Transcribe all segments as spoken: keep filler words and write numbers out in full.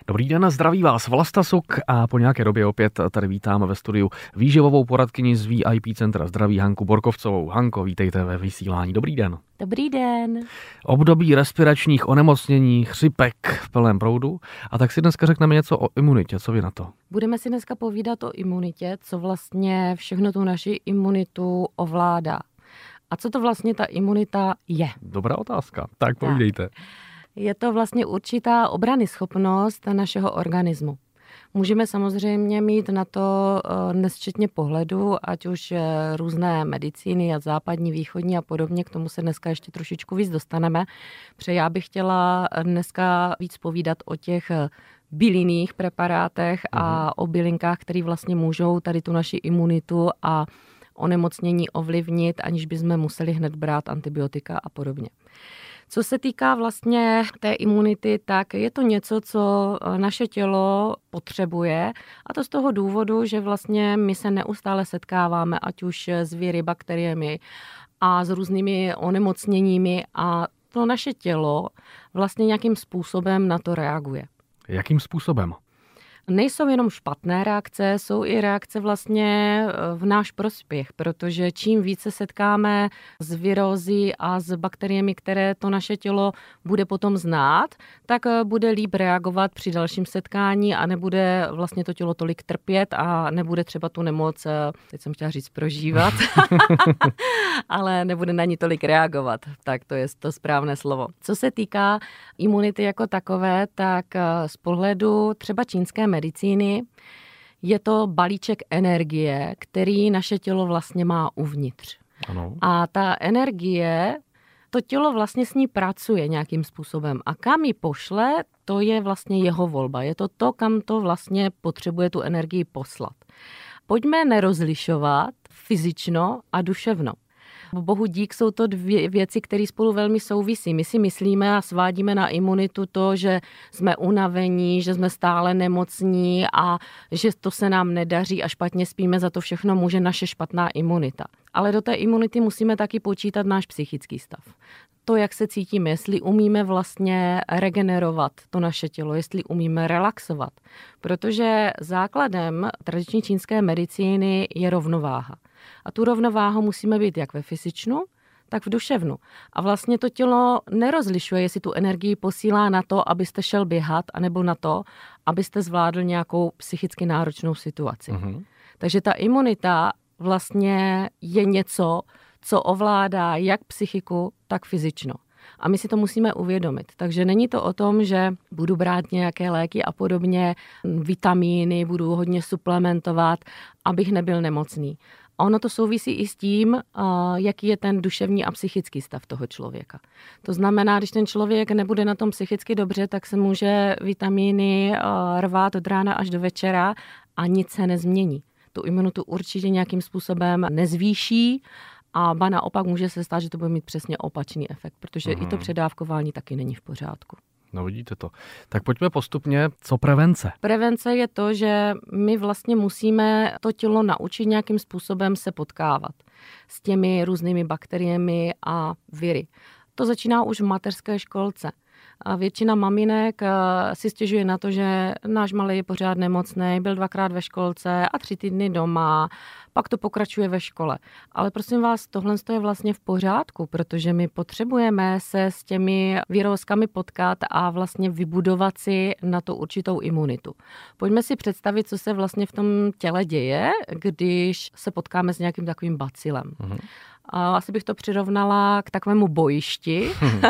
Dobrý den, zdraví vás Vlasta Suk a po nějaké době opět tady vítáme ve studiu výživovou poradkyni z V I P Centra zdraví Hanku Borkovcovou. Hanko, vítejte ve vysílání. Dobrý den. Dobrý den. Období respiračních onemocnění, chřipek v plném proudu. A tak si dneska řekneme něco o imunitě. Co vy na to? Budeme si dneska povídat o imunitě, co vlastně všechno tu naši imunitu ovládá. A co to vlastně ta imunita je? Dobrá otázka. Tak povídejte. Tak. Je to vlastně určitá obranyschopnost našeho organismu. Můžeme samozřejmě mít na to nesčetně pohledu, ať už různé medicíny, a západní, východní a podobně, k tomu se dneska ještě trošičku víc dostaneme. Protože já bych chtěla dneska víc povídat o těch bylinných preparátech a uh-huh. o bylinkách, které vlastně můžou tady tu naši imunitu a onemocnění ovlivnit, aniž bychom museli hned brát antibiotika a podobně. Co se týká vlastně té imunity, tak je to něco, co naše tělo potřebuje, a to z toho důvodu, že vlastně my se neustále setkáváme, ať už s viry, bakteriemi a s různými onemocněními, a to naše tělo vlastně nějakým způsobem na to reaguje. Jakým způsobem? Nejsou jenom špatné reakce, jsou i reakce vlastně v náš prospěch, protože čím více setkáme s virózy a s bakteriemi, které to naše tělo bude potom znát, tak bude líp reagovat při dalším setkání a nebude vlastně to tělo tolik trpět a nebude třeba tu nemoc, teď jsem chtěla říct prožívat, ale nebude na ní tolik reagovat. Tak to je to správné slovo. Co se týká imunity jako takové, tak z pohledu třeba čínské medicíny je to balíček energie, který naše tělo vlastně má uvnitř. Ano. A ta energie, to tělo vlastně s ní pracuje nějakým způsobem. A kam ji pošle, to je vlastně jeho volba. Je to to, kam to vlastně potřebuje tu energii poslat. Pojďme nerozlišovat fyzično a duševno. Bohu dík, jsou to dvě věci, které spolu velmi souvisí. My si myslíme a svádíme na imunitu to, že jsme unavení, že jsme stále nemocní a že to se nám nedaří a špatně spíme, za to všechno může naše špatná imunita. Ale do té imunity musíme taky počítat náš psychický stav. To, jak se cítíme, jestli umíme vlastně regenerovat to naše tělo, jestli umíme relaxovat. Protože základem tradiční čínské medicíny je rovnováha. A tu rovnováhu musíme být jak ve fyzičnu, tak v duševnu. A vlastně to tělo nerozlišuje, jestli tu energii posílá na to, abyste šel běhat, anebo na to, abyste zvládl nějakou psychicky náročnou situaci. Uh-huh. Takže ta imunita vlastně je něco, co ovládá jak psychiku, tak fyzično. A my si to musíme uvědomit. Takže není to o tom, že budu brát nějaké léky a podobně, vitamíny, budu hodně suplementovat, abych nebyl nemocný. Ono to souvisí i s tím, jaký je ten duševní a psychický stav toho člověka. To znamená, když ten člověk nebude na tom psychicky dobře, tak se může vitamíny rvát od rána až do večera a nic se nezmění. Tu imunitu určitě nějakým způsobem nezvýší, a ba naopak může se stát, že to bude mít přesně opačný efekt, protože mm. i to předávkování taky není v pořádku. No vidíte to. Tak pojďme postupně, co prevence? Prevence je to, že my vlastně musíme to tělo naučit nějakým způsobem se potkávat s těmi různými bakteriemi a viry. To začíná už v mateřské školce. A většina maminek si stěžuje na to, že náš malý je pořád nemocný, byl dvakrát ve školce a tři týdny doma, pak to pokračuje ve škole. Ale prosím vás, tohle je vlastně v pořádku, protože my potřebujeme se s těmi virózkami potkat a vlastně vybudovat si na to určitou imunitu. Pojďme si představit, co se vlastně v tom těle děje, když se potkáme s nějakým takovým bacilem. Mhm. Asi bych to přirovnala k takovému bojišti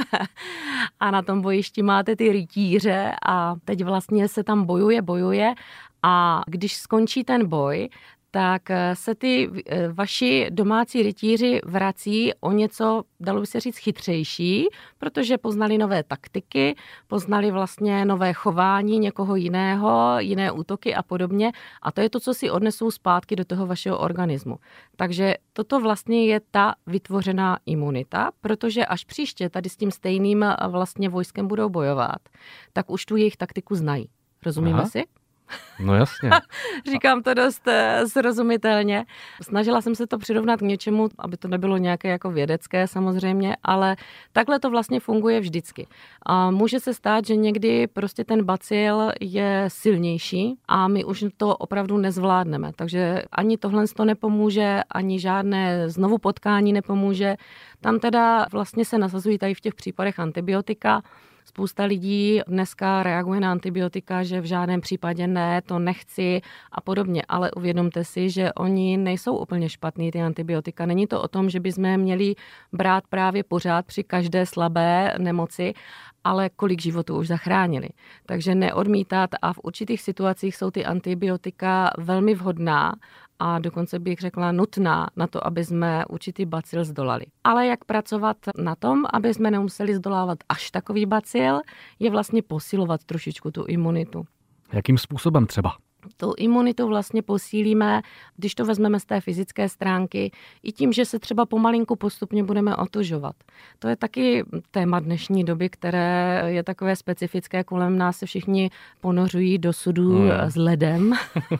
a na tom bojišti máte ty rytíře a teď vlastně se tam bojuje, bojuje a když skončí ten boj, tak se ty vaši domácí rytíři vrací o něco, dalo by se říct, chytřejší, protože poznali nové taktiky, poznali vlastně nové chování někoho jiného, jiné útoky a podobně. A to je to, co si odnesou zpátky do toho vašeho organismu. Takže toto vlastně je ta vytvořená imunita, protože až příště tady s tím stejným vlastně vojskem budou bojovat, tak už tu jejich taktiku znají. Rozumíme Aha. si? No jasně. Říkám to dost srozumitelně. Snažila jsem se to přirovnat k něčemu, aby to nebylo nějaké jako vědecké samozřejmě, ale takhle to vlastně funguje vždycky. A může se stát, že někdy prostě ten bacil je silnější a my už to opravdu nezvládneme. Takže ani tohle to nepomůže, ani žádné znovu potkání nepomůže. Tam teda vlastně se nasazují tady v těch případech antibiotika. Spousta lidí dneska reaguje na antibiotika, že v žádném případě ne, to nechci a podobně, ale uvědomte si, že oni nejsou úplně špatný, ty antibiotika. Není to o tom, že bychom je měli brát právě pořád při každé slabé nemoci, ale kolik životů už zachránili. Takže neodmítat a v určitých situacích jsou ty antibiotika velmi vhodná a dokonce bych řekla nutná na to, aby jsme určitý bacil zdolali. Ale jak pracovat na tom, aby jsme nemuseli zdolávat až takový bacil, je vlastně posilovat trošičku tu imunitu. Jakým způsobem třeba? Tu imunitu vlastně posílíme, když to vezmeme z té fyzické stránky, i tím, že se třeba pomalinku postupně budeme otužovat. To je taky téma dnešní doby, které je takové specifické, kolem nás se všichni ponořují do sudů hmm. s ledem.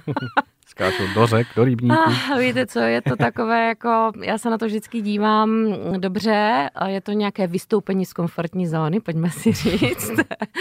Skáčou do řek, do rybníků. Ah, víte co, je to takové jako, já se na to vždycky dívám dobře, je to nějaké vystoupení z komfortní zóny, pojďme si říct.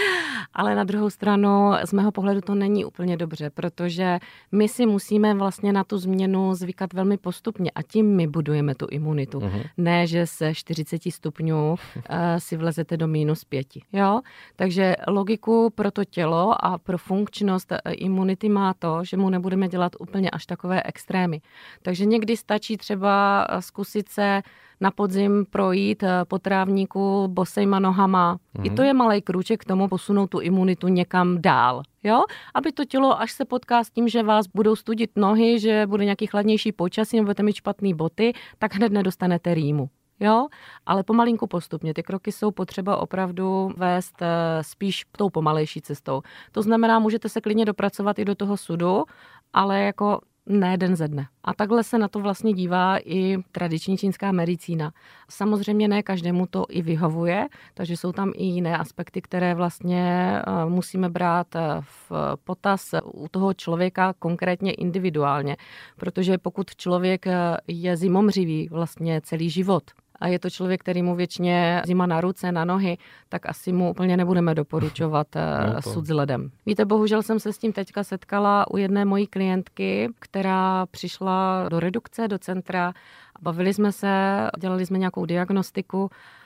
Ale na druhou stranu, z mého pohledu to není úplně dobře, protože my si musíme vlastně na tu změnu zvykat velmi postupně a tím my budujeme tu imunitu. Uh-huh. Ne, že se čtyřicet stupňů uh, si vlezete do minus pěti. Jo? Takže logiku pro to tělo a pro funkčnost imunity má to, že mu nebudeme dělat úplně až takové extrémy. Takže někdy stačí třeba zkusit se na podzim projít po trávníku bosejma nohama. Mm. I to je malej krůček k tomu posunout tu imunitu někam dál. Jo? Aby to tělo, až se potká s tím, že vás budou studit nohy, že bude nějaký chladnější počasí nebo budete mít špatný boty, tak hned nedostanete rýmu. Jo, ale pomalinku postupně. Ty kroky jsou potřeba opravdu vést spíš tou pomalejší cestou. To znamená, můžete se klidně dopracovat i do toho sudu, ale jako ne den ze dne. A takhle se na to vlastně dívá i tradiční čínská medicína. Samozřejmě ne každému to i vyhovuje, takže jsou tam i jiné aspekty, které vlastně musíme brát v potaz u toho člověka konkrétně individuálně. Protože pokud člověk je zimomřivý vlastně celý život, a je to člověk, který mu věčně zima na ruce, na nohy, tak asi mu úplně nebudeme doporučovat no sud s ledem. Víte, bohužel jsem se s tím teďka setkala u jedné mojí klientky, která přišla do redukce, do centra, bavili jsme se, dělali jsme nějakou diagnostiku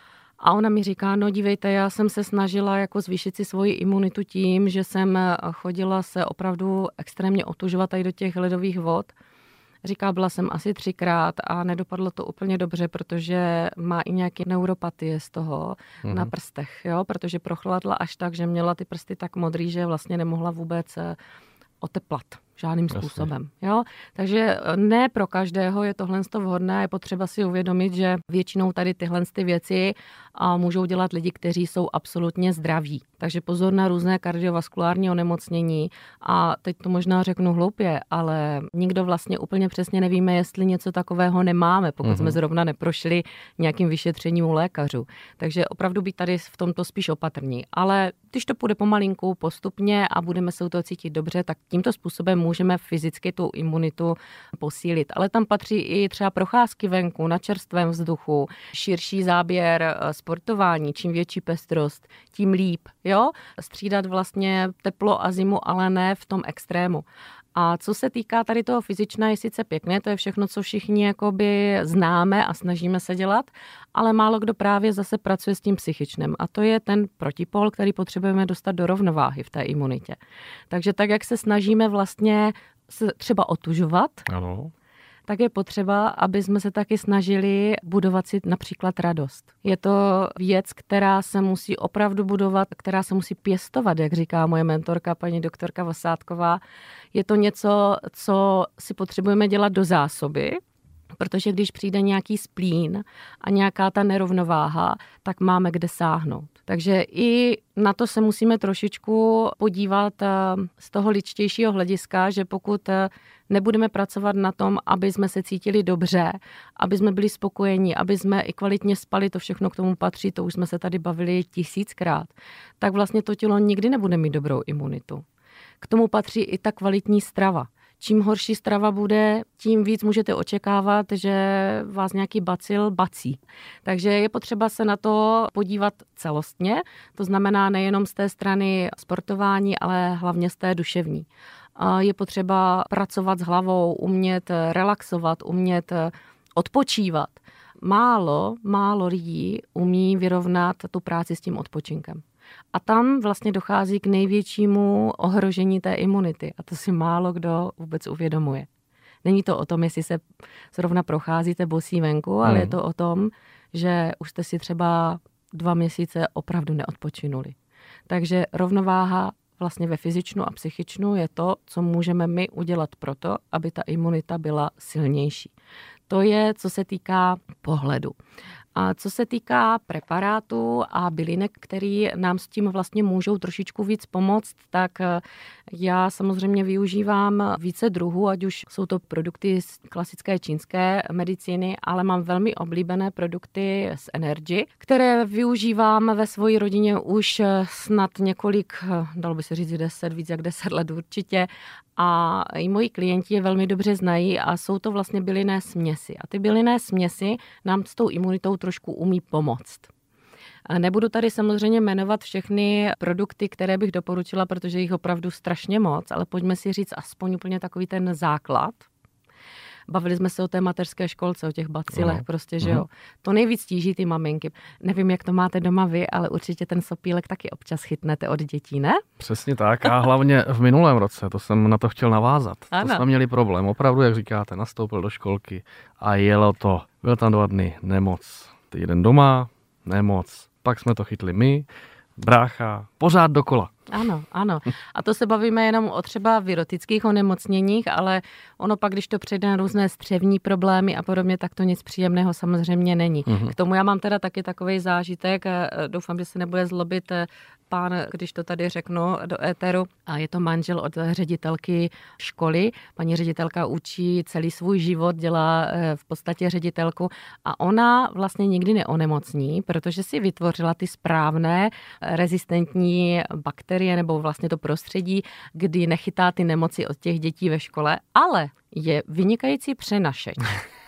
a ona mi říká, no dívejte, já jsem se snažila jako zvýšit si svoji imunitu tím, že jsem chodila se opravdu extrémně otužovat tady do těch ledových vod. Říká, byla jsem asi třikrát a nedopadlo to úplně dobře, protože má i nějaké neuropatie z toho mm-hmm. na prstech, jo? Protože prochladla až tak, že měla ty prsty tak modrý, že vlastně nemohla vůbec oteplat žádným způsobem. Jo? Takže ne pro každého je tohle vhodné, je potřeba si uvědomit, že většinou tady tyhle ty věci a můžou dělat lidi, kteří jsou absolutně zdraví. Takže pozor na různé kardiovaskulární onemocnění a teď to možná řeknu hloupě, ale nikdo vlastně úplně přesně nevíme, jestli něco takového nemáme, pokud mm-hmm. jsme zrovna neprošli nějakým vyšetřením u lékařů. Takže opravdu být tady v tomto spíš opatrní. Ale když to půjde pomalinku, postupně a budeme se u toho cítit dobře, tak tímto způsobem můžeme fyzicky tu imunitu posílit. Ale tam patří i třeba procházky venku, na čerstvém vzduchu, širší záběr sportování, čím větší pestrost, tím líp. Jo? Střídat vlastně teplo a zimu, ale ne v tom extrému. A co se týká tady toho fyzična, je sice pěkné, to je všechno, co všichni jakoby známe a snažíme se dělat, ale málo kdo právě zase pracuje s tím psychičnem. A to je ten protipol, který potřebujeme dostat do rovnováhy v té imunitě. Takže tak, jak se snažíme vlastně se třeba otužovat, ano. tak je potřeba, aby jsme se taky snažili budovat si například radost. Je to věc, která se musí opravdu budovat, která se musí pěstovat, jak říká moje mentorka, paní doktorka Vasátková. Je to něco, co si potřebujeme dělat do zásoby, protože když přijde nějaký splín a nějaká ta nerovnováha, tak máme kde sáhnout. Takže i na to se musíme trošičku podívat z toho lidštějšího hlediska, že pokud nebudeme pracovat na tom, aby jsme se cítili dobře, aby jsme byli spokojení, aby jsme i kvalitně spali, to všechno k tomu patří, to už jsme se tady bavili tisíckrát, tak vlastně to tělo nikdy nebude mít dobrou imunitu. K tomu patří i ta kvalitní strava. Čím horší strava bude, tím víc můžete očekávat, že vás nějaký bacil bací. Takže je potřeba se na to podívat celostně, to znamená nejenom z té strany sportování, ale hlavně z té duševní. Je potřeba pracovat s hlavou, umět relaxovat, umět odpočívat. Málo, málo lidí umí vyrovnat tu práci s tím odpočinkem. A tam vlastně dochází k největšímu ohrožení té imunity. A to si málo kdo vůbec uvědomuje. Není to o tom, jestli se zrovna procházíte bosí venku, ale hmm. je to o tom, že už jste si třeba dva měsíce opravdu neodpočinuli. Takže rovnováha vlastně ve fyzičnu a psychičnu je to, co můžeme my udělat proto, aby ta imunita byla silnější. To je, co se týká pohledu. A co se týká preparátů a bylinek, který nám s tím vlastně můžou trošičku víc pomoct, tak já samozřejmě využívám více druhů, ať už jsou to produkty z klasické čínské medicíny, ale mám velmi oblíbené produkty z Energy, které využívám ve své rodině už snad několik, dalo by se říct deset, víc jak deset let určitě. A i moji klienti je velmi dobře znají a jsou to vlastně bylinné směsi. A ty bylinné směsi nám s tou imunitou trošku umí pomoct. Nebudu tady samozřejmě jmenovat všechny produkty, které bych doporučila, protože jich opravdu strašně moc, ale pojďme si říct aspoň úplně takový ten základ. Bavili jsme se o té mateřské školce, o těch bacilech, no. prostě, že jo. To nejvíc tíží ty maminky. Nevím, jak to máte doma vy, ale určitě ten sopílek taky občas chytnete od dětí, ne? Přesně tak a hlavně v minulém roce, to jsem na to chtěl navázat. Ano. To jsme měli problém, opravdu, jak říkáte, nastoupil do školky a jelo to. Byl tam dva dny, nemoc. Týden doma, nemoc. Pak jsme to chytli my, brácha, pořád dokola. Ano, ano. A to se bavíme jenom o třeba virotických onemocněních, ale ono pak, když to přejde na různé střevní problémy a podobně, tak to nic příjemného samozřejmě není. Mm-hmm. K tomu já mám teda taky takový zážitek, doufám, že se nebude zlobit pán, když to tady řeknu do éteru. A je to manžel od ředitelky školy. Paní ředitelka učí celý svůj život, dělá v podstatě ředitelku a ona vlastně nikdy neonemocní, protože si vytvořila ty správné rezistentní bakterie nebo vlastně to prostředí, kdy nechytá ty nemoci od těch dětí ve škole, ale je vynikající přenašeč.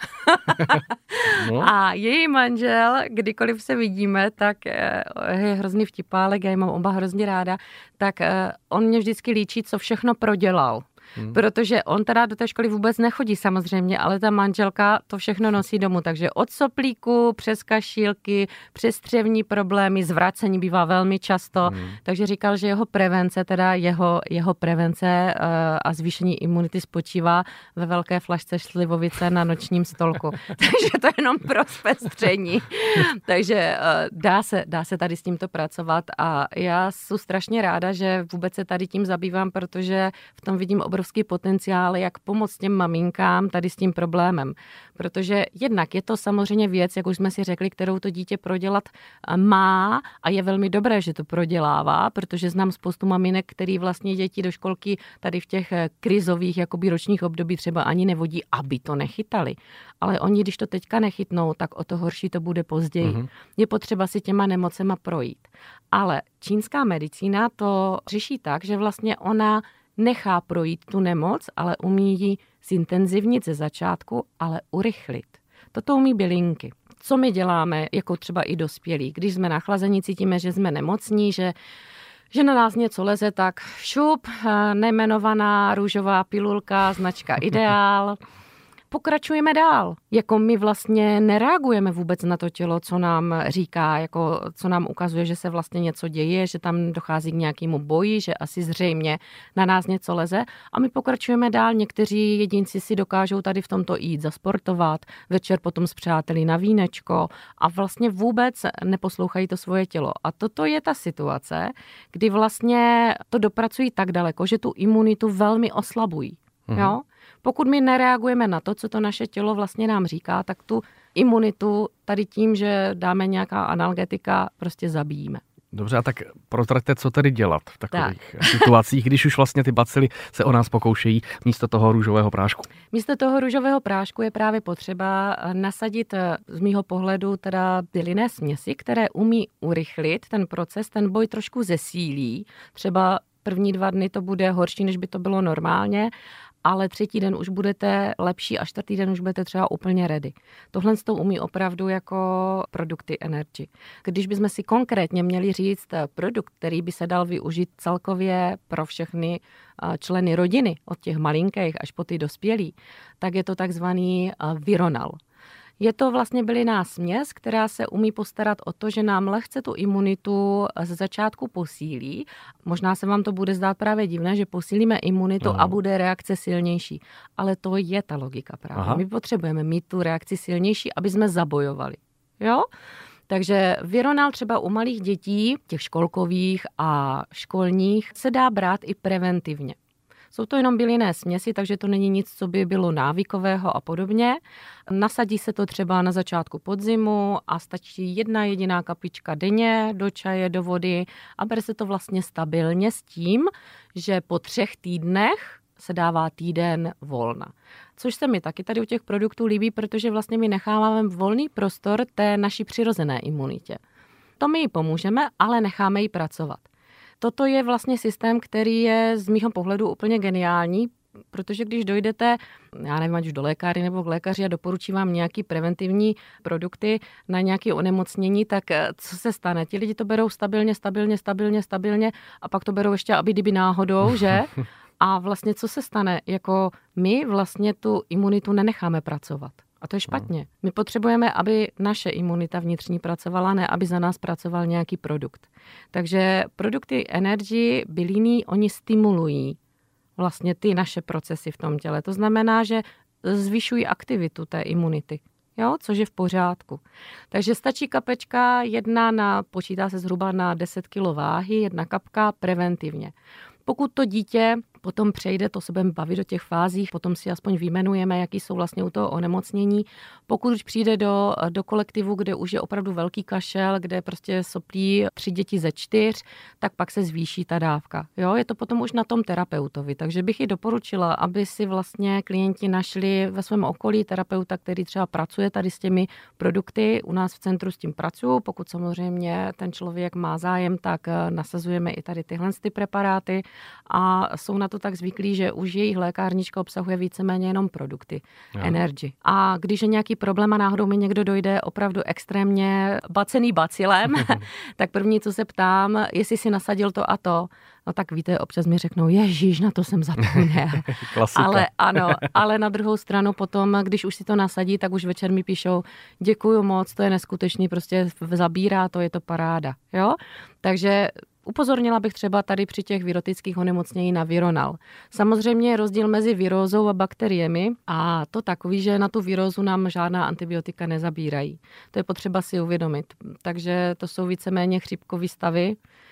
No. A její manžel, kdykoliv se vidíme, tak je hrozný vtipálek, já ji mám oba hrozně ráda, tak on mě vždycky líčí, co všechno prodělal. Hmm. Protože on teda do té školy vůbec nechodí samozřejmě, ale ta manželka to všechno nosí domů, takže od soplíku přes kašílky, přes střevní problémy, zvracení bývá velmi často, hmm. takže říkal, že jeho prevence, teda jeho, jeho prevence uh, a zvýšení imunity spočívá ve velké flašce šlivovice na nočním stolku. Takže to je jenom pro zpestření. Takže uh, dá se, dá se tady s tímto pracovat a já jsem strašně ráda, že vůbec se tady tím zabývám, protože v tom vidím obrovský potenciál, jak pomoct těm maminkám tady s tím problémem. Protože jednak je to samozřejmě věc, jak už jsme si řekli, kterou to dítě prodělat má a je velmi dobré, že to prodělává, protože znám spoustu maminek, který vlastně děti do školky tady v těch krizových jakoby ročních období třeba ani nevodí, aby to nechytali. Ale oni, když to teďka nechytnou, tak o to horší to bude později. Mm-hmm. Je potřeba si těma nemocema projít. Ale čínská medicína to řeší tak, že vlastně ona nechá projít tu nemoc, ale umí ji zintenzivnit ze začátku, ale urychlit. Toto umí bylinky. Co my děláme, jako třeba i dospělí? Když jsme nachlazení, cítíme, že jsme nemocní, že, že na nás něco leze, tak šup, nejmenovaná růžová pilulka, značka Ideál. Pokračujeme dál. Jako my vlastně nereagujeme vůbec na to tělo, co nám říká, jako co nám ukazuje, že se vlastně něco děje, že tam dochází k nějakému boji, že asi zřejmě na nás něco leze a my pokračujeme dál. Někteří jedinci si dokážou tady v tomto jít zasportovat, večer potom s přáteli na vínečko a vlastně vůbec neposlouchají to svoje tělo. A toto je ta situace, kdy vlastně to dopracují tak daleko, že tu imunitu velmi oslabují. Mhm. Jo? Pokud my nereagujeme na to, co to naše tělo vlastně nám říká, tak tu imunitu tady tím, že dáme nějaká analgetika, prostě zabijíme. Dobře, a tak protraťte, co tedy dělat v takových tak. situacích, když už vlastně ty bacily se o nás pokoušejí místo toho růžového prášku. Místo toho růžového prášku je právě potřeba nasadit z mýho pohledu teda bylinné směsi, které umí urychlit ten proces, ten boj trošku zesílí, třeba první dva dny to bude horší, než by to bylo normálně, ale třetí den už budete lepší a čtvrtý den už budete třeba úplně ready. Tohle to umí opravdu jako produkty Energy. Když bychom si konkrétně měli říct produkt, který by se dal využít celkově pro všechny členy rodiny, od těch malinkých až po ty dospělí, tak je to takzvaný Vironal. Je to vlastně bylinná směs, která se umí postarat o to, že nám lehce tu imunitu ze začátku posílí. Možná se vám to bude zdát právě divné, že posílíme imunitu Aha. a bude reakce silnější. Ale to je ta logika právě. Aha. My potřebujeme mít tu reakci silnější, aby jsme zabojovali. Jo? Takže Vironal třeba u malých dětí, těch školkových a školních, se dá brát i preventivně. Jsou to jenom bylinné směsi, takže to není nic, co by bylo návykového a podobně. Nasadí se to třeba na začátku podzimu a stačí jedna jediná kapička denně do čaje, do vody a bere se to vlastně stabilně s tím, že po třech týdnech se dává týden volna. Což se mi taky tady u těch produktů líbí, protože vlastně my necháváme volný prostor té naší přirozené imunitě. To my jí pomůžeme, ale necháme ji pracovat. Toto je vlastně systém, který je z mýho pohledu úplně geniální, protože když dojdete, já nevím, ať už do lékárny nebo k lékaři a doporučí vám nějaký preventivní produkty na nějaké onemocnění, tak co se stane? Ti lidi to berou stabilně, stabilně, stabilně, stabilně a pak to berou ještě, aby kdyby náhodou, že? A vlastně co se stane? Jako my vlastně tu imunitu nenecháme pracovat. A to je špatně. My potřebujeme, aby naše imunita vnitřní pracovala, ne aby za nás pracoval nějaký produkt. Takže produkty Energy, bylinný, oni stimulují vlastně ty naše procesy v tom těle. To znamená, že zvyšují aktivitu té imunity, jo? Což je v pořádku. Takže stačí kapečka, jedna na, počítá se zhruba na deset kilo váhy, jedna kapka preventivně. Pokud to dítě potom přejde, to se budeme bavit do těch fázích, potom si aspoň vyjmenujeme, jaký jsou vlastně u toho onemocnění. Pokud už přijde do, do kolektivu, kde už je opravdu velký kašel, kde prostě soplí tři děti ze čtyř, tak pak se zvýší ta dávka. Jo, je to potom už na tom terapeutovi, takže bych ji doporučila, aby si vlastně klienti našli ve svém okolí terapeuta, který třeba pracuje tady s těmi produkty. U nás v centru s tím pracuju, pokud samozřejmě ten člověk má zájem, tak nasazujeme i tady tyhle ty preparáty a jsou na to tak zvyklí, že už jejich lékárnička obsahuje víceméně jenom produkty jo. Energy. A když je nějaký problém a náhodou mi někdo dojde opravdu extrémně bacený bacilem, tak první, co se ptám, jestli si nasadil to a to, no tak víte, občas mi řeknou, ježíš, na to jsem zapomněl. Ale ano, ale na druhou stranu potom, když už si to nasadí, tak už večer mi píšou, děkuju moc, to je neskutečný, prostě zabírá to, je to paráda. Jo? Takže upozornila bych třeba tady při těch virotických onemocnění na Vironal. Samozřejmě je rozdíl mezi virózou a bakteriemi a to takový, že na tu virózu nám žádná antibiotika nezabírají. To je potřeba si uvědomit. Takže to jsou víceméně chřipkové stavy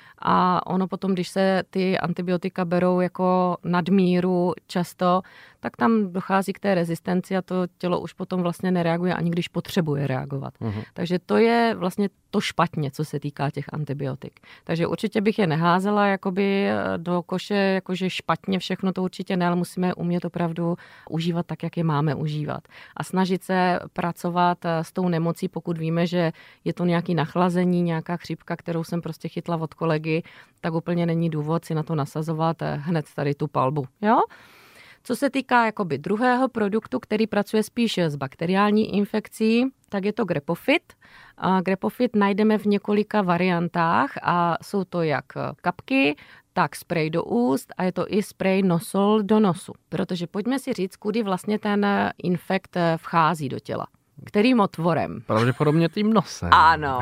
a ono potom, když se ty antibiotika berou jako nadmíru často, tak tam dochází k té rezistenci a to tělo už potom vlastně nereaguje, ani když potřebuje reagovat. Uh-huh. Takže to je vlastně to špatně, co se týká těch antibiotik. Takže určitě bych je neházela jakoby do koše, jakože špatně všechno, to určitě ne, ale musíme umět opravdu užívat tak, jak je máme užívat. A snažit se pracovat s tou nemocí, pokud víme, že je to nějaký nachlazení, nějaká chřipka, kterou jsem prostě chytla od kolegy, tak úplně není důvod si na to nasazovat hned tady tu palbu. Jo? Co se týká jakoby druhého produktu, který pracuje spíše s bakteriální infekcí, tak je to Grepofit. A Grepofit najdeme v několika variantách a jsou to jak kapky, tak sprej do úst a je to i sprej nosol do nosu. Protože pojďme si říct, kudy vlastně ten infekt vchází do těla. Kterým otvorem? Pravděpodobně tím nosem. Ano.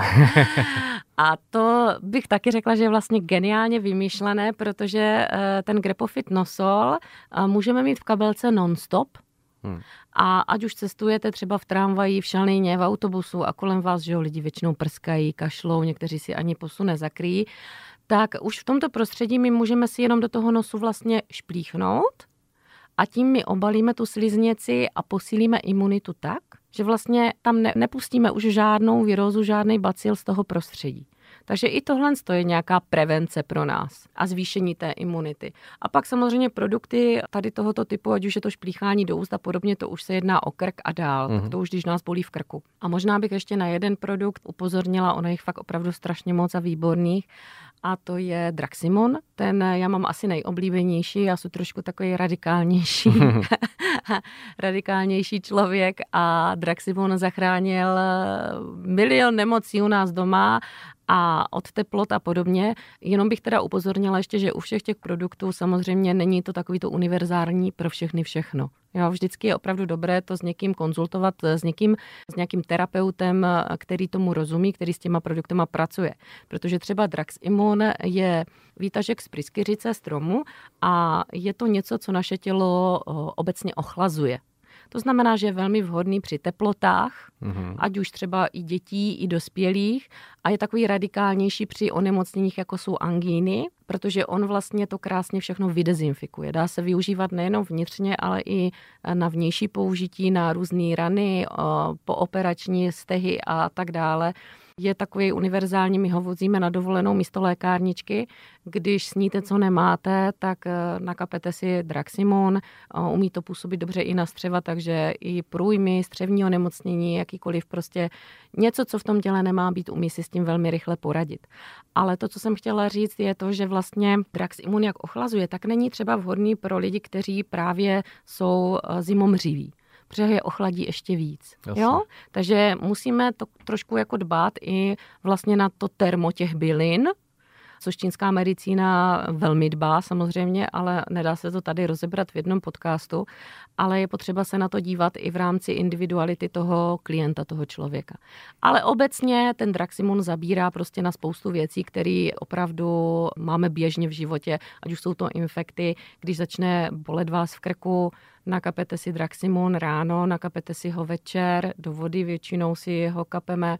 A to bych taky řekla, že je vlastně geniálně vymýšlené, protože ten Grepofit nosol můžeme mít v kabelce non-stop. Hmm. A ať už cestujete třeba v tramvaji, v šalejně, v autobusu a kolem vás, že jo, lidi většinou prskají, kašlou, někteří si ani pusu nezakryjí, tak už v tomto prostředí my můžeme si jenom do toho nosu vlastně šplíchnout a tím my obalíme tu sliznici a posílíme imunitu tak, že vlastně tam ne, nepustíme už žádnou virózu, žádný bacil z toho prostředí. Takže i tohle je nějaká prevence pro nás a zvýšení té imunity. A pak samozřejmě produkty tady tohoto typu, ať už je to šplíchání do úst a podobně, to už se jedná o krk a dál, mm. tak to už když nás bolí v krku. A možná bych ještě na jeden produkt upozornila, ono jich fakt opravdu strašně moc a výborných, a to je Draximon. Ten já mám asi nejoblíbenější, já jsem trošku takový radikálnější, radikálnější člověk a Draximon zachránil milion nemocí u nás doma a od teplot a podobně. Jenom bych teda upozornila ještě, že u všech těch produktů samozřejmě není to takový to univerzální pro všechny všechno. Jo, vždycky je opravdu dobré to s někým konzultovat, s někým, s nějakým terapeutem, který tomu rozumí, který s těma produktama pracuje. Protože třeba Draximon je výtažek z pryskyřice stromu a je to něco, co naše tělo obecně ochlazuje. To znamená, že je velmi vhodný při teplotách, mm-hmm. ať už třeba i dětí, i dospělých, a je takový radikálnější při onemocněních, jako jsou angíny, protože on vlastně to krásně všechno vydezinfikuje. Dá se využívat nejenom vnitřně, ale i na vnější použití, na různé rany, pooperační stehy a tak dále. Je takový univerzální, my ho vozíme na dovolenou místo lékárničky. Když sníte, co nemáte, tak nakapete si Draximon, umí to působit dobře i na střeva, takže i průjmy, střevní onemocnění, jakýkoliv prostě něco, co v tom těle nemá být, umí si s tím velmi rychle poradit. Ale to, co jsem chtěla říct, je to, že vlastně Draximon jak ochlazuje, tak není třeba vhodný pro lidi, kteří právě jsou zimomřiví. Protože je ochladí ještě víc. Jo? Takže musíme to trošku jako dbát i vlastně na to termo těch bylin, což čínská medicína velmi dbá samozřejmě, ale nedá se to tady rozebrat v jednom podcastu, ale je potřeba se na to dívat i v rámci individuality toho klienta, toho člověka. Ale obecně ten Draximon zabírá prostě na spoustu věcí, které opravdu máme běžně v životě, ať už jsou to infekty, když začne bolet vás v krku, nakapete si Draximon ráno, nakapete si ho večer, do vody většinou si ho kapeme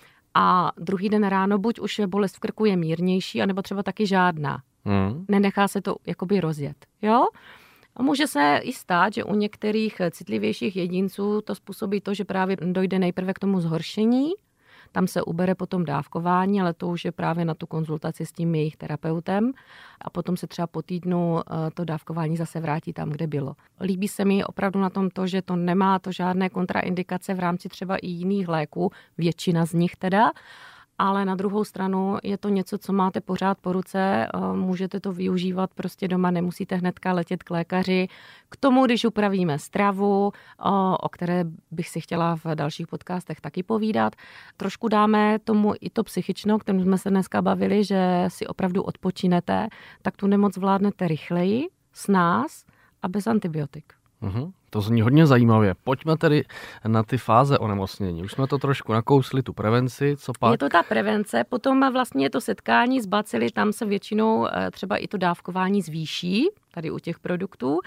a druhý den ráno buď už bolest v krku je mírnější, anebo třeba taky žádná. Hmm. Nenechá se to jakoby rozjet. Jo? A může se i stát, že u některých citlivějších jedinců to způsobí to, že právě dojde nejprve k tomu zhoršení, tam se ubere potom dávkování, ale to už je právě na tu konzultaci s tím jejich terapeutem a potom se třeba po týdnu to dávkování zase vrátí tam, kde bylo. Líbí se mi opravdu na tom to, že to nemá to žádné kontraindikace v rámci třeba i jiných léků, většina z nich teda, ale na druhou stranu je to něco, co máte pořád po ruce, můžete to využívat prostě doma, nemusíte hnedka letět k lékaři. K tomu, když upravíme stravu, o které bych si chtěla v dalších podcastech taky povídat, trošku dáme tomu i to psychično, k kterému jsme se dneska bavili, že si opravdu odpočinete, tak tu nemoc vládnete rychleji, s nás a bez antibiotik. Uhum. To zní hodně zajímavě. Pojďme tedy na ty fáze onemocnění. Už jsme to trošku nakousli, tu prevenci, co pak? Je to ta prevence, potom vlastně je to setkání s bacily, tam se většinou třeba i to dávkování zvýší, tady u těch produktů.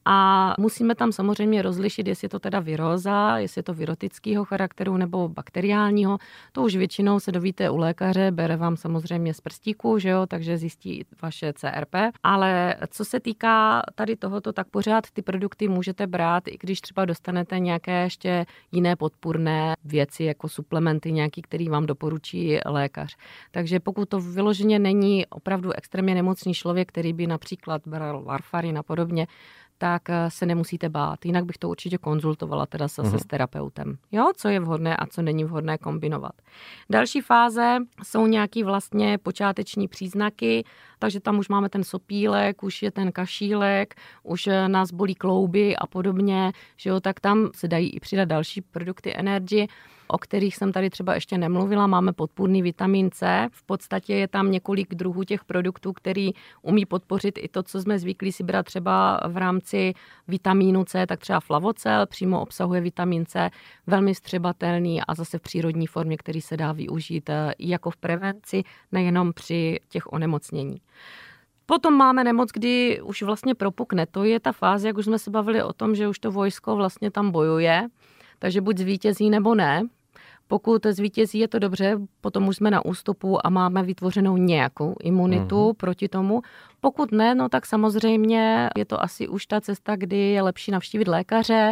A musíme tam samozřejmě rozlišit, jestli je to teda viróza, jestli je to virotického charakteru nebo bakteriálního. To už většinou se dovíte u lékaře, bere vám samozřejmě z prstíku, že jo, takže zjistí vaše C R P. Ale co se týká tady tohoto, tak pořád ty produkty můžete brát, i když třeba dostanete nějaké ještě jiné podpůrné věci, jako suplementy nějaký, který vám doporučí lékař. Takže pokud to vyloženě není opravdu extrémně nemocný člověk, který by například bral warfarin a podobně, tak se nemusíte bát. Jinak bych to určitě konzultovala teda se, mm-hmm. s terapeutem. Jo, co je vhodné a co není vhodné kombinovat. Další fáze jsou nějaký vlastně počáteční příznaky, takže tam už máme ten sopílek, už je ten kašílek, už nás bolí klouby a podobně, že jo, tak tam se dají i přidat další produkty Energy, o kterých jsem tady třeba ještě nemluvila. Máme podpůrný vitamin C. V podstatě je tam několik druhů těch produktů, který umí podpořit i to, co jsme zvyklí si brát třeba v rámci vitamínu C, tak třeba flavocel přímo obsahuje vitamin C, velmi vstřebatelný a zase v přírodní formě, který se dá využít i jako v prevenci, nejenom při těch onemocnění. Potom máme nemoc, kdy už vlastně propukne. To je ta fáze, jak už jsme se bavili o tom, že už to vojsko vlastně tam bojuje, takže buď zvítězí nebo ne. Pokud zvítězí, je to dobře, potom už jsme na ústupu a máme vytvořenou nějakou imunitu mm-hmm. proti tomu. Pokud ne, no tak samozřejmě je to asi už ta cesta, kdy je lepší navštívit lékaře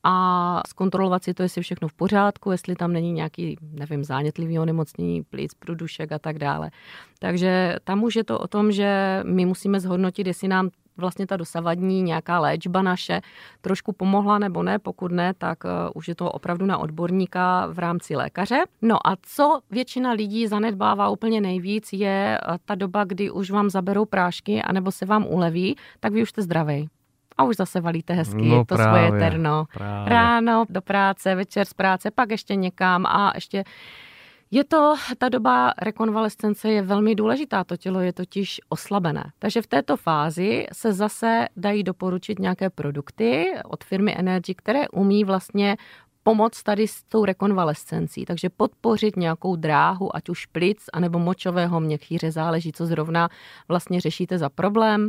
a zkontrolovat si to, jestli všechno v pořádku, jestli tam není nějaký, nevím, zánětlivý onemocnění plic, průdušek a tak dále. Takže tam už je to o tom, že my musíme zhodnotit, jestli nám vlastně ta dosavadní nějaká léčba naše trošku pomohla nebo ne. Pokud ne, tak uh, už je to opravdu na odborníka v rámci lékaře. No a co většina lidí zanedbává úplně nejvíc, je uh, ta doba, kdy už vám zaberou prášky anebo se vám uleví, tak vy už jste zdravý. A už zase valíte hezky no to právě, svoje terno. Právě. Ráno do práce, večer z práce, pak ještě někam a ještě... Je to, ta doba rekonvalescence je velmi důležitá, to tělo je totiž oslabené. Takže v této fázi se zase dají doporučit nějaké produkty od firmy Energy, které umí vlastně pomoct tady s tou rekonvalescencí. Takže podpořit nějakou dráhu, ať už plic, anebo močového měchýře, záleží, co zrovna vlastně řešíte za problém.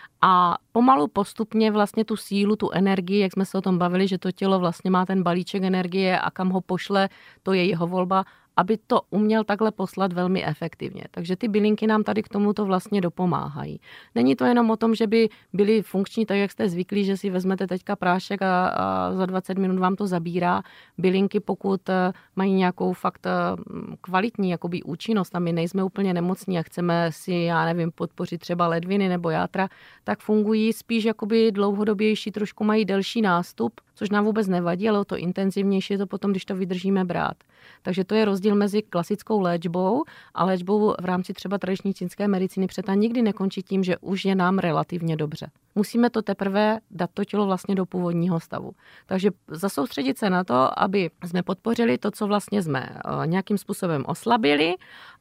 A pomalu postupně vlastně tu sílu, tu energii, jak jsme se o tom bavili, že to tělo vlastně má ten balíček energie a kam ho pošle, to je jeho volba, aby to uměl takhle poslat velmi efektivně. Takže ty bylinky nám tady k tomuto vlastně dopomáhají. Není to jenom o tom, že by byly funkční tak, jak jste zvyklí, že si vezmete teďka prášek a, a za dvacet minut vám to zabírá. Bylinky, pokud mají nějakou fakt kvalitní jakoby účinnost a my nejsme úplně nemocní a chceme si, já nevím, podpořit třeba ledviny nebo játra, tak fungují spíš jakoby dlouhodobější, trošku mají delší nástup, což nám vůbec nevadí, ale o to intenzivnější je to potom, když to vydržíme brát. Takže to je rozdíl mezi klasickou léčbou a léčbou v rámci třeba tradiční čínské medicíny, protože ta nikdy nekončí tím, že už je nám relativně dobře. Musíme to teprve dát to tělo vlastně do původního stavu. Takže zasoustředit se na to, aby jsme podpořili to, co vlastně jsme nějakým způsobem oslabili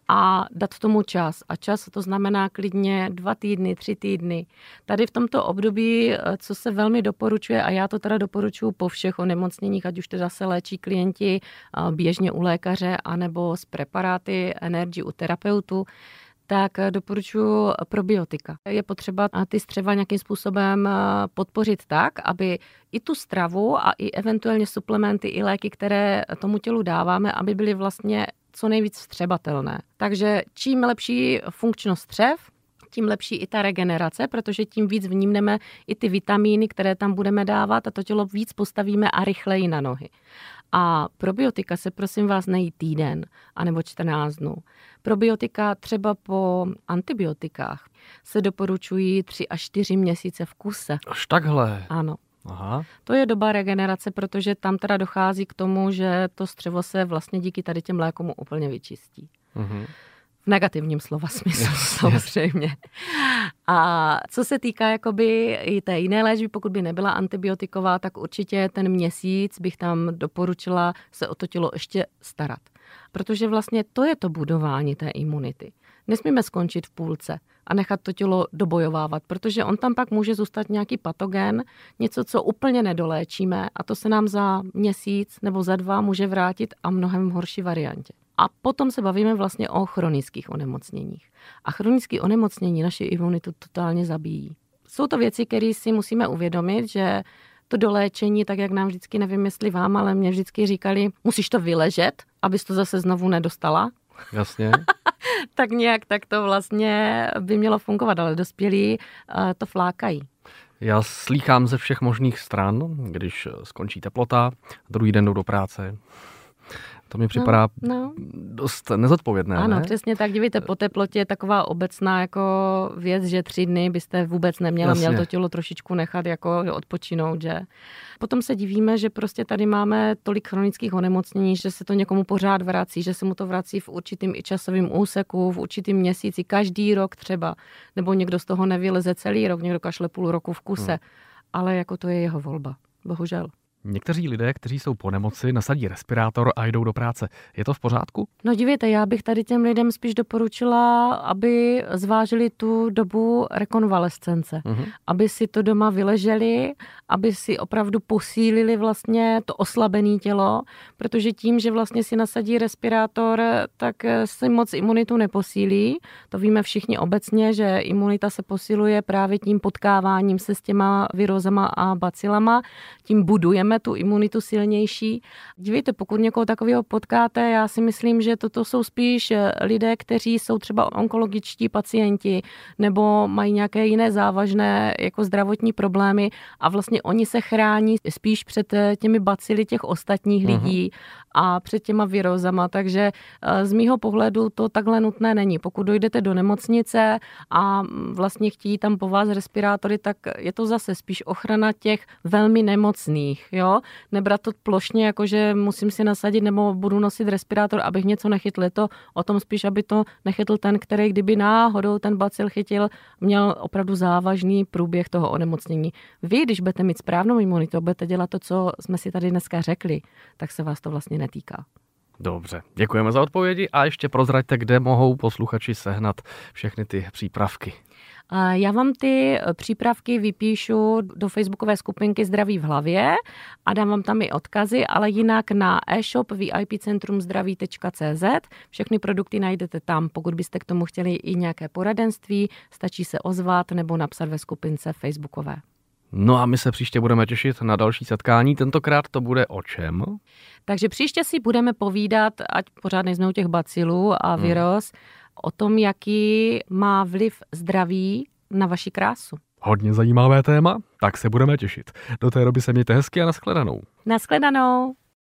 a dát tomu čas. A čas to znamená klidně dva týdny, tři týdny. Tady v tomto období, co se velmi doporučuje, a já to teda doporučuji po všech onemocněních, ať už teda se léčí klienti běžně u lékaře, anebo s preparáty Energy u terapeutu, tak doporučuji probiotika. Je potřeba ty střeva nějakým způsobem podpořit tak, aby i tu stravu a i eventuálně suplementy, i léky, které tomu tělu dáváme, aby byly vlastně co nejvíc vstřebatelné. Takže čím lepší funkčnost střev, tím lepší i ta regenerace, protože tím víc vnímneme i ty vitamíny, které tam budeme dávat a to tělo víc postavíme a rychleji na nohy. A probiotika se prosím vás nejí týden anebo čtrnáct dnů. Probiotika třeba po antibiotikách se doporučují tři až čtyři měsíce v kuse. Až takhle? Ano. Aha. To je doba regenerace, protože tam teda dochází k tomu, že to střevo se vlastně díky tady těm lékům úplně vyčistí. Mhm. V negativním slova smyslu, samozřejmě. A co se týká jakoby i té jiné léčby, pokud by nebyla antibiotiková, tak určitě ten měsíc bych tam doporučila se o to tělo ještě starat. Protože vlastně to je to budování té imunity. Nesmíme skončit v půlce a nechat to tělo dobojovávat, protože on tam pak může zůstat nějaký patogen, něco, co úplně nedoléčíme a to se nám za měsíc nebo za dva může vrátit a mnohem horší variantě. A potom se bavíme vlastně o chronických onemocněních. A chronické onemocnění naši imunitu totálně zabíjí. Jsou to věci, které si musíme uvědomit, že to doléčení, tak jak nám vždycky, nevím jestli vám, ale mě vždycky říkali, musíš to vyležet, abys to zase znovu nedostala. Jasně. Tak nějak tak to vlastně by mělo fungovat, ale dospělí to flákají. Já slýchám ze všech možných stran, když skončí teplota, druhý den jdou do práce. To mi připadá no, no. dost nezodpovědné. Ano, ne? Přesně tak. Dívejte, po teplotě je taková obecná jako věc, že tři dny byste vůbec neměla, měl to tělo trošičku nechat jako odpočinout, že? Potom se divíme, že prostě tady máme tolik chronických onemocnění, že se to někomu pořád vrací, že se mu to vrací v určitým i časovým úseku, v určitým měsíci, každý rok třeba, nebo někdo z toho nevyleze celý rok, někdo kašle půl roku v kuse, hmm. ale jako to je jeho volba, bohužel. Někteří lidé, kteří jsou po nemoci, nasadí respirátor a jdou do práce. Je to v pořádku? No dívejte, já bych tady těm lidem spíš doporučila, aby zvážili tu dobu rekonvalescence. Uh-huh. Aby si to doma vyleželi, aby si opravdu posílili vlastně to oslabené tělo, protože tím, že vlastně si nasadí respirátor, tak si moc imunitu neposílí. To víme všichni obecně, že imunita se posiluje právě tím potkáváním se s těma virozama a bacilama. Tím budujeme chceme tu imunitu silnější. Dívejte, pokud někoho takového potkáte, já si myslím, že toto jsou spíš lidé, kteří jsou třeba onkologičtí pacienti nebo mají nějaké jiné závažné jako zdravotní problémy a vlastně oni se chrání spíš před těmi bacily těch ostatních uh-huh. lidí a před těma virózama, takže z mýho pohledu to takhle nutné není. Pokud dojdete do nemocnice a vlastně chtějí tam po vás respirátory, tak je to zase spíš ochrana těch velmi nemocných, jo? Nebrat to plošně, jakože musím si nasadit nebo budu nosit respirátor, abych něco nechytl. Je to o tom spíš, aby to nechytl ten, který kdyby náhodou ten bacil chytil, měl opravdu závažný průběh toho onemocnění. Vy, když budete mít správnou imunitu, budete dělat to, co jsme si tady dneska řekli, tak se vás to vlastně netýká. Dobře, děkujeme za odpovědi a ještě prozraďte, kde mohou posluchači sehnat všechny ty přípravky. Já vám ty přípravky vypíšu do facebookové skupinky Zdraví v hlavě a dám vám tam i odkazy, ale jinak na e-shop v i p centrum zdraví tečka c z. Všechny produkty najdete tam. Pokud byste k tomu chtěli i nějaké poradenství, stačí se ozvat nebo napsat ve skupince facebookové. No a my se příště budeme těšit na další setkání. Tentokrát to bude o čem? Takže příště si budeme povídat, ať pořád nejsme u těch bacilů a viróz, hmm. o tom, jaký má vliv zdraví na vaši krásu. Hodně zajímavé téma, tak se budeme těšit. Do té doby se mějte hezky a nashledanou. Nashledanou.